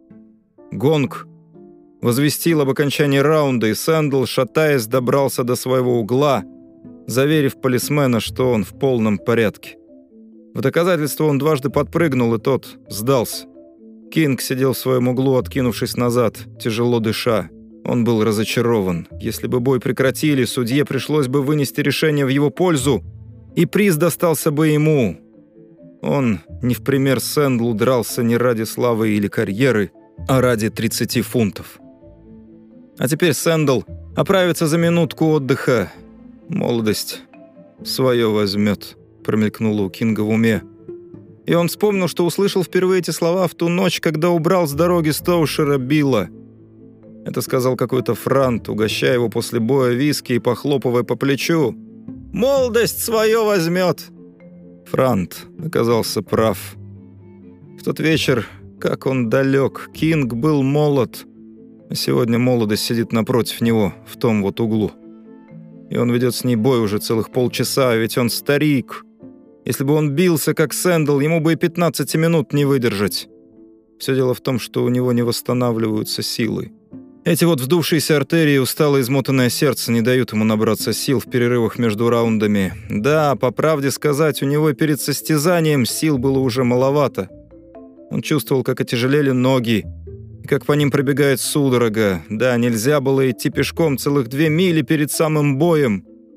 Гонг возвестил об окончании раунда, и Сэндл, шатаясь, добрался до своего угла, заверив полисмена, что он в полном порядке. В доказательство он дважды подпрыгнул, и тот сдался. Кинг сидел в своем углу, откинувшись назад, тяжело дыша. Он был разочарован. Если бы бой прекратили, судье пришлось бы вынести решение в его пользу, и приз достался бы ему. Он, не в пример Сэндлу, дрался не ради славы или карьеры, а ради 30 фунтов. А теперь Сэндл оправится за минутку отдыха. Молодость свое возьмет, промелькнуло у Кинга в уме. И он вспомнил, что услышал впервые эти слова в ту ночь, когда убрал с дороги Стоушера Билла. Это сказал какой-то франт, угощая его после боя виски и похлопывая по плечу. «Молодость свое возьмет!» Франт оказался прав. В тот вечер, как он далек, Кинг был молод, а сегодня молодость сидит напротив него, в том вот углу. И он ведет с ней бой уже целых полчаса, ведь он старик. Если бы он бился, как Сэндл, ему бы и 15 минут не выдержать. Все дело в том, что у него не восстанавливаются силы. Эти вот вздувшиеся артерии и усталое измотанное сердце не дают ему набраться сил в перерывах между раундами. Да, по правде сказать, у него перед состязанием сил было уже маловато. Он чувствовал, как отяжелели ноги, и как по ним пробегает судорога. Да, нельзя было идти пешком целых 2 мили перед самым боем.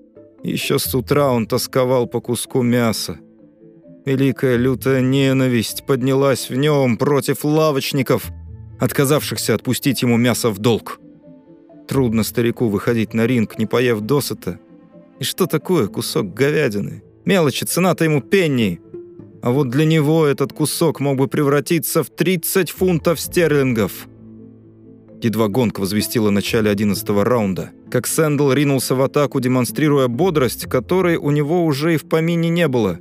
Еще с утра он тосковал по куску мяса. Великая лютая ненависть поднялась в нем против лавочников, отказавшихся отпустить ему мясо в долг. Трудно старику выходить на ринг, не поев досыта. И что такое кусок говядины? Мелочи, цена-то ему пенни. А вот для него этот кусок мог бы превратиться в 30 фунтов стерлингов. Едва гонг возвестил о начале 11-го раунда, как Сэндл ринулся в атаку, демонстрируя бодрость, которой у него уже и в помине не было.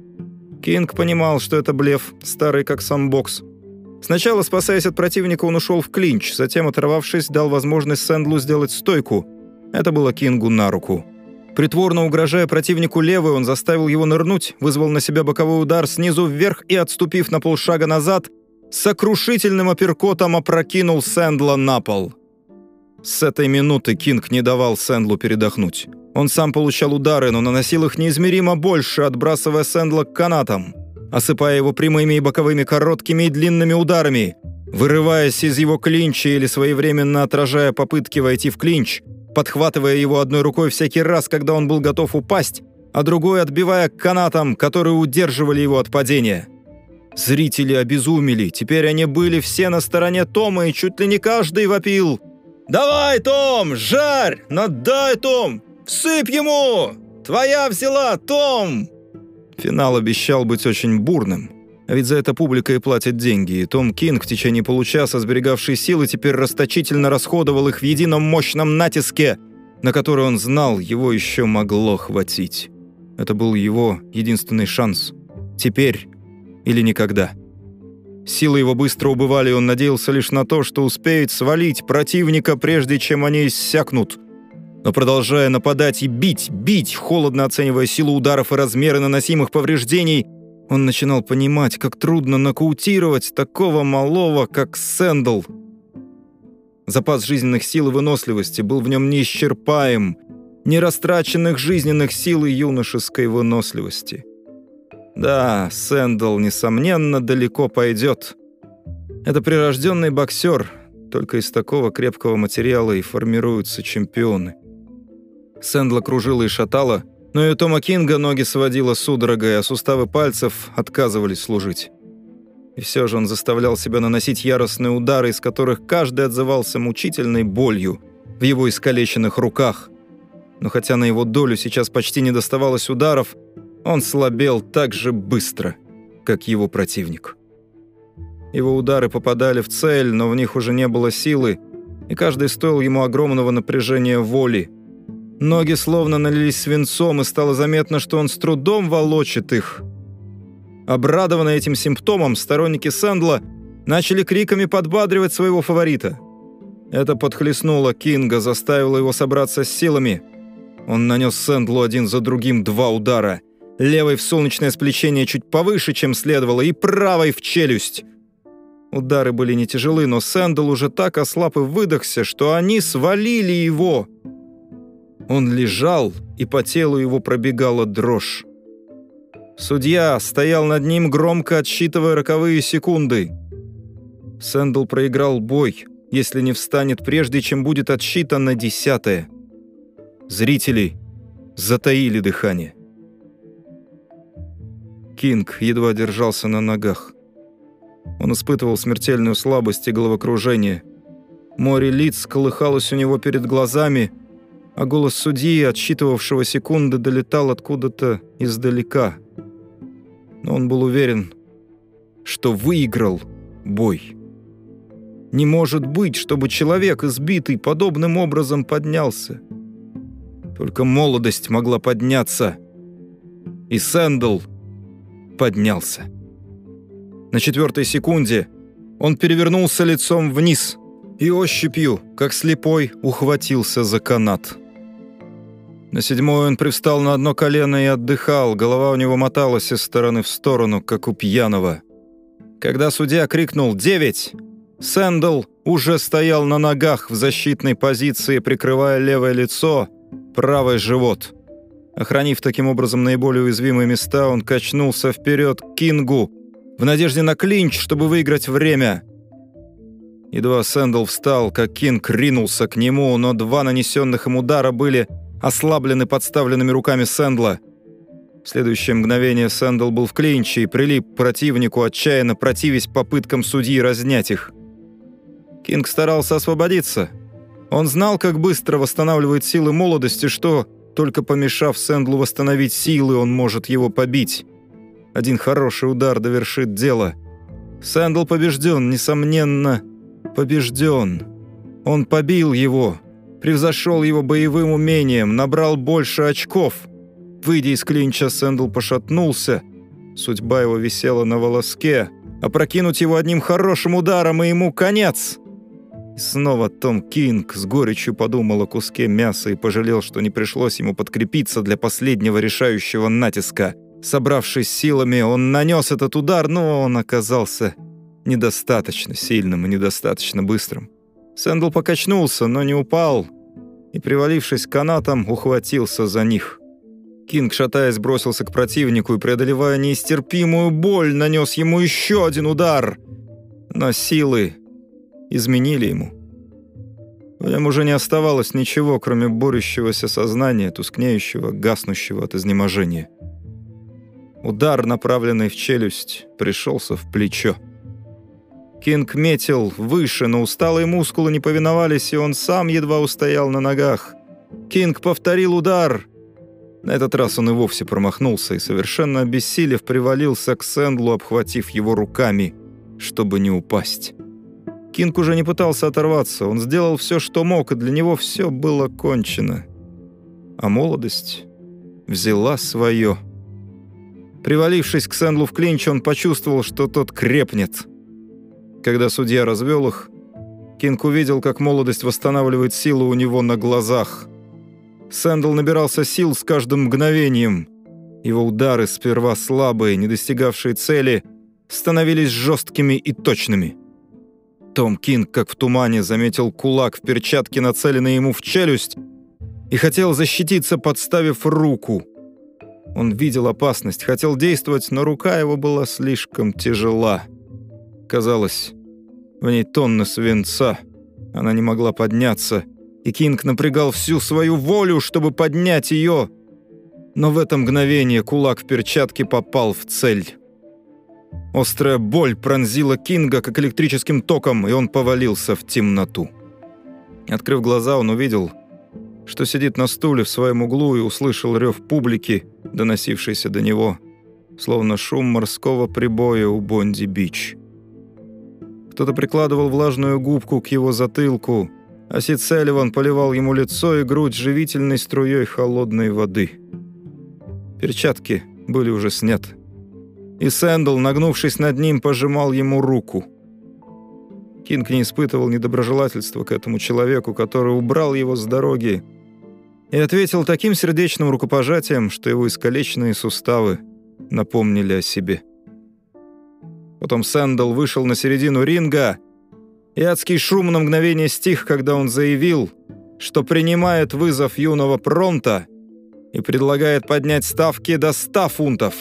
Кинг понимал, что это блеф, старый как сам бокс. Сначала, спасаясь от противника, он ушел в клинч, затем, оторвавшись, дал возможность Сэндлу сделать стойку. Это было Кингу на руку. Притворно угрожая противнику левой, он заставил его нырнуть, вызвал на себя боковой удар снизу вверх и, отступив на полшага назад, сокрушительным апперкотом опрокинул Сэндла на пол. С этой минуты Кинг не давал Сэндлу передохнуть. Он сам получал удары, но наносил их неизмеримо больше, отбрасывая Сэндла к канатам, осыпая его прямыми и боковыми короткими и длинными ударами, вырываясь из его клинча или своевременно отражая попытки войти в клинч, подхватывая его одной рукой всякий раз, когда он был готов упасть, а другой отбивая к канатам, которые удерживали его от падения. Зрители обезумели, теперь они были все на стороне Тома, и чуть ли не каждый вопил: «Давай, Том, жарь! Надай, Том! Всыпь ему! Твоя взяла, Том!» Финал обещал быть очень бурным. А ведь за это публика и платит деньги, и Том Кинг, в течение получаса сберегавший силы, теперь расточительно расходовал их в едином мощном натиске, на который он знал, его еще могло хватить. Это был его единственный шанс. Теперь или никогда. Силы его быстро убывали, и он надеялся лишь на то, что успеет свалить противника, прежде чем они иссякнут. Но продолжая нападать и бить, холодно оценивая силу ударов и размеры наносимых повреждений, он начинал понимать, как трудно нокаутировать такого малого, как Сэндл. Запас жизненных сил и выносливости был в нем неисчерпаем, нерастраченных жизненных сил и юношеской выносливости. Да, Сэндл, несомненно, далеко пойдет. Это прирожденный боксер, только из такого крепкого материала и формируются чемпионы. Сэндла кружило и шатало, но и у Тома Кинга ноги сводило судорогой, а суставы пальцев отказывались служить. И все же он заставлял себя наносить яростные удары, из которых каждый отзывался мучительной болью в его искалеченных руках. Но хотя на его долю сейчас почти не доставалось ударов, он слабел так же быстро, как его противник. Его удары попадали в цель, но в них уже не было силы, и каждый стоил ему огромного напряжения воли. Ноги словно налились свинцом, и стало заметно, что он с трудом волочит их. Обрадованные этим симптомом, сторонники Сэндла начали криками подбадривать своего фаворита. Это подхлестнуло Кинга, заставило его собраться с силами. Он нанес Сэндлу один за другим 2 удара. Левой в солнечное сплетение чуть повыше, чем следовало, и правой в челюсть. Удары были не тяжелы, но Сэндл уже так ослаб и выдохся, что они свалили его. Он лежал, и по телу его пробегала дрожь. Судья стоял над ним, громко отсчитывая роковые секунды. Сэндл проиграл бой, если не встанет прежде, чем будет отсчитано 10-е. Зрители затаили дыхание. Кинг едва держался на ногах. Он испытывал смертельную слабость и головокружение. Море лиц колыхалось у него перед глазами, а голос судьи, отсчитывавшего секунды, долетал откуда-то издалека. Но он был уверен, что выиграл бой. Не может быть, чтобы человек, избитый, подобным образом поднялся. Только молодость могла подняться. И Сэндл поднялся. На 4-й секунде он перевернулся лицом вниз и ощупью, как слепой, ухватился за канат. На 7-й он привстал на одно колено и отдыхал, голова у него моталась из стороны в сторону, как у пьяного. Когда судья крикнул «9», Сэндл уже стоял на ногах в защитной позиции, прикрывая левое лицо, правый живот. Охранив таким образом наиболее уязвимые места, он качнулся вперед к Кингу в надежде на клинч, чтобы выиграть время. Едва Сэндл встал, как Кинг ринулся к нему, но 2 нанесенных им удара были ослабленный подставленными руками Сэндла. В следующее мгновение Сэндл был в клинче и прилип к противнику, отчаянно противясь попыткам судьи разнять их. Кинг старался освободиться. Он знал, как быстро восстанавливает силы молодости, что, только помешав Сэндлу восстановить силы, он может его побить. Один хороший удар довершит дело. Сэндл побежден, несомненно, побежден. Он побил его, превзошел его боевым умением, набрал больше очков. Выйдя из клинча, Сэндл пошатнулся. Судьба его висела на волоске. Опрокинуть его одним хорошим ударом, и ему конец. И снова Том Кинг с горечью подумал о куске мяса и пожалел, что не пришлось ему подкрепиться для последнего решающего натиска. Собравшись силами, он нанес этот удар, но он оказался недостаточно сильным и недостаточно быстрым. Сэндл покачнулся, но не упал, и, привалившись к канатам, ухватился за них. Кинг, шатаясь, бросился к противнику и, преодолевая нестерпимую боль, нанес ему еще один удар. Но силы изменили ему. В нем уже не оставалось ничего, кроме борющегося сознания, тускнеющего, гаснущего от изнеможения. Удар, направленный в челюсть, пришелся в плечо. Кинг метил выше, но усталые мускулы не повиновались, и он сам едва устоял на ногах. Кинг повторил удар. На этот раз он и вовсе промахнулся и, совершенно обессилев, привалился к Сэндлу, обхватив его руками, чтобы не упасть. Кинг уже не пытался оторваться, он сделал все, что мог, и для него все было кончено. А молодость взяла свое. Привалившись к Сэндлу в клинч, он почувствовал, что тот крепнет. Когда судья развел их, Кинг увидел, как молодость восстанавливает силу у него на глазах. Сэндл набирался сил с каждым мгновением. Его удары, сперва слабые, не достигавшие цели, становились жесткими и точными. Том Кинг, как в тумане, заметил кулак в перчатке, нацеленный ему в челюсть, и хотел защититься, подставив руку. Он видел опасность, хотел действовать, но рука его была слишком тяжела. Казалось, в ней тонны свинца. Она не могла подняться, и Кинг напрягал всю свою волю, чтобы поднять ее. Но в это мгновение кулак в перчатке попал в цель. Острая боль пронзила Кинга, как электрическим током, и он повалился в темноту. Открыв глаза, он увидел, что сидит на стуле в своем углу, и услышал рев публики, доносившийся до него, словно шум морского прибоя у Бонди-Бич. Кто-то прикладывал влажную губку к его затылку, а Сид Салливан поливал ему лицо и грудь живительной струей холодной воды. Перчатки были уже сняты, и Сэндл, нагнувшись над ним, пожимал ему руку. Кинг не испытывал недоброжелательства к этому человеку, который убрал его с дороги, и ответил таким сердечным рукопожатием, что его искалеченные суставы напомнили о себе. Потом Сэндл вышел на середину ринга, и адский шум на мгновение стих, когда он заявил, что принимает вызов юного Пронта и предлагает поднять ставки до 100 фунтов.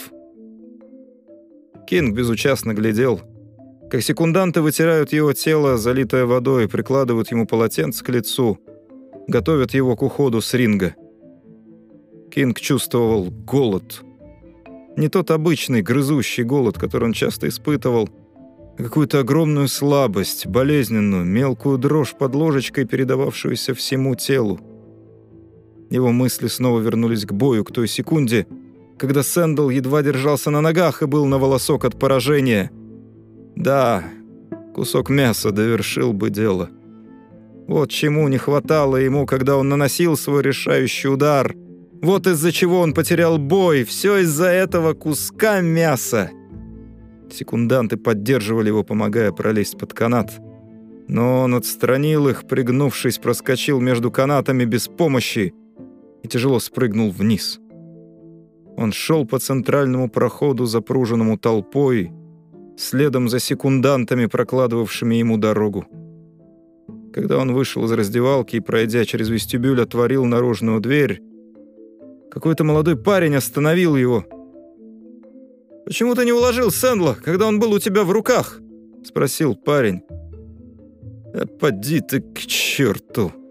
Кинг безучастно глядел, как секунданты вытирают его тело, залитое водой, прикладывают ему полотенце к лицу, готовят его к уходу с ринга. Кинг чувствовал голод. Не тот обычный грызущий голод, который он часто испытывал, а какую-то огромную слабость, болезненную, мелкую дрожь под ложечкой, передававшуюся всему телу. Его мысли снова вернулись к бою, к той секунде, когда Сэндл едва держался на ногах и был на волосок от поражения. Да, кусок мяса довершил бы дело. Вот чему не хватало ему, когда он наносил свой решающий удар. Вот из-за чего он потерял бой. Все из-за этого куска мяса. Секунданты поддерживали его, помогая пролезть под канат. Но он отстранил их, пригнувшись, проскочил между канатами без помощи и тяжело спрыгнул вниз. Он шел по центральному проходу, запруженному толпой, следом за секундантами, прокладывавшими ему дорогу. Когда он вышел из раздевалки и, пройдя через вестибюль, отворил наружную дверь, какой-то молодой парень остановил его. «Почему ты не уложил Сэндла, когда он был у тебя в руках?» — спросил парень. «Поди ты к черту!»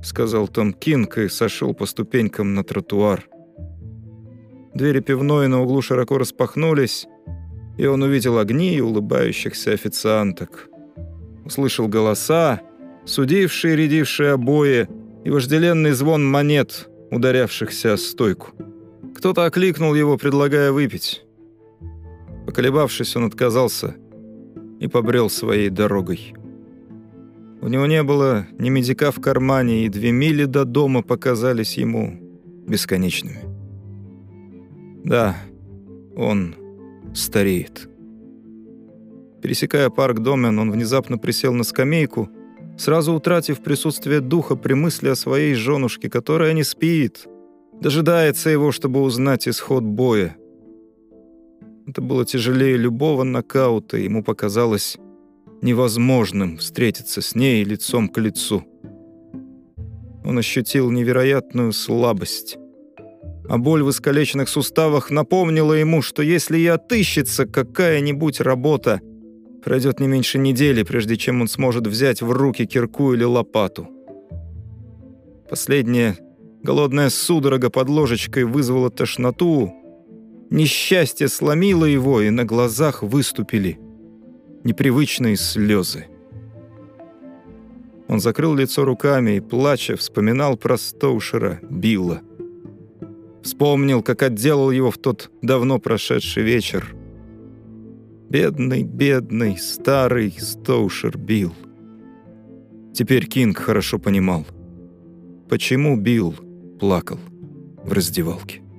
сказал Том Кинг и сошел по ступенькам на тротуар. Двери пивной на углу широко распахнулись, и он увидел огни и улыбающихся официанток. Услышал голоса, судившие, рядившие обои, и вожделенный звон монет, ударявшихся о стойку. Кто-то окликнул его, предлагая выпить. Поколебавшись, он отказался и побрел своей дорогой. У него не было ни медика в кармане, и 2 мили до дома показались ему бесконечными. Да, он стареет. Пересекая парк Домен, он внезапно присел на скамейку, сразу утратив присутствие духа при мысли о своей женушке, которая не спит, дожидается его, чтобы узнать исход боя. Это было тяжелее любого нокаута, и ему показалось невозможным встретиться с ней лицом к лицу. Он ощутил невероятную слабость, а боль в искалеченных суставах напомнила ему, что если и отыщется какая-нибудь работа, пройдет не меньше недели, прежде чем он сможет взять в руки кирку или лопату. Последняя голодная судорога под ложечкой вызвала тошноту. Несчастье сломило его, и на глазах выступили непривычные слезы. Он закрыл лицо руками и, плача, вспоминал про Стоушера Билла. Вспомнил, как отделал его в тот давно прошедший вечер. Бедный, бедный, старый Стоушер Билл. Теперь Кинг хорошо понимал, почему Билл плакал в раздевалке.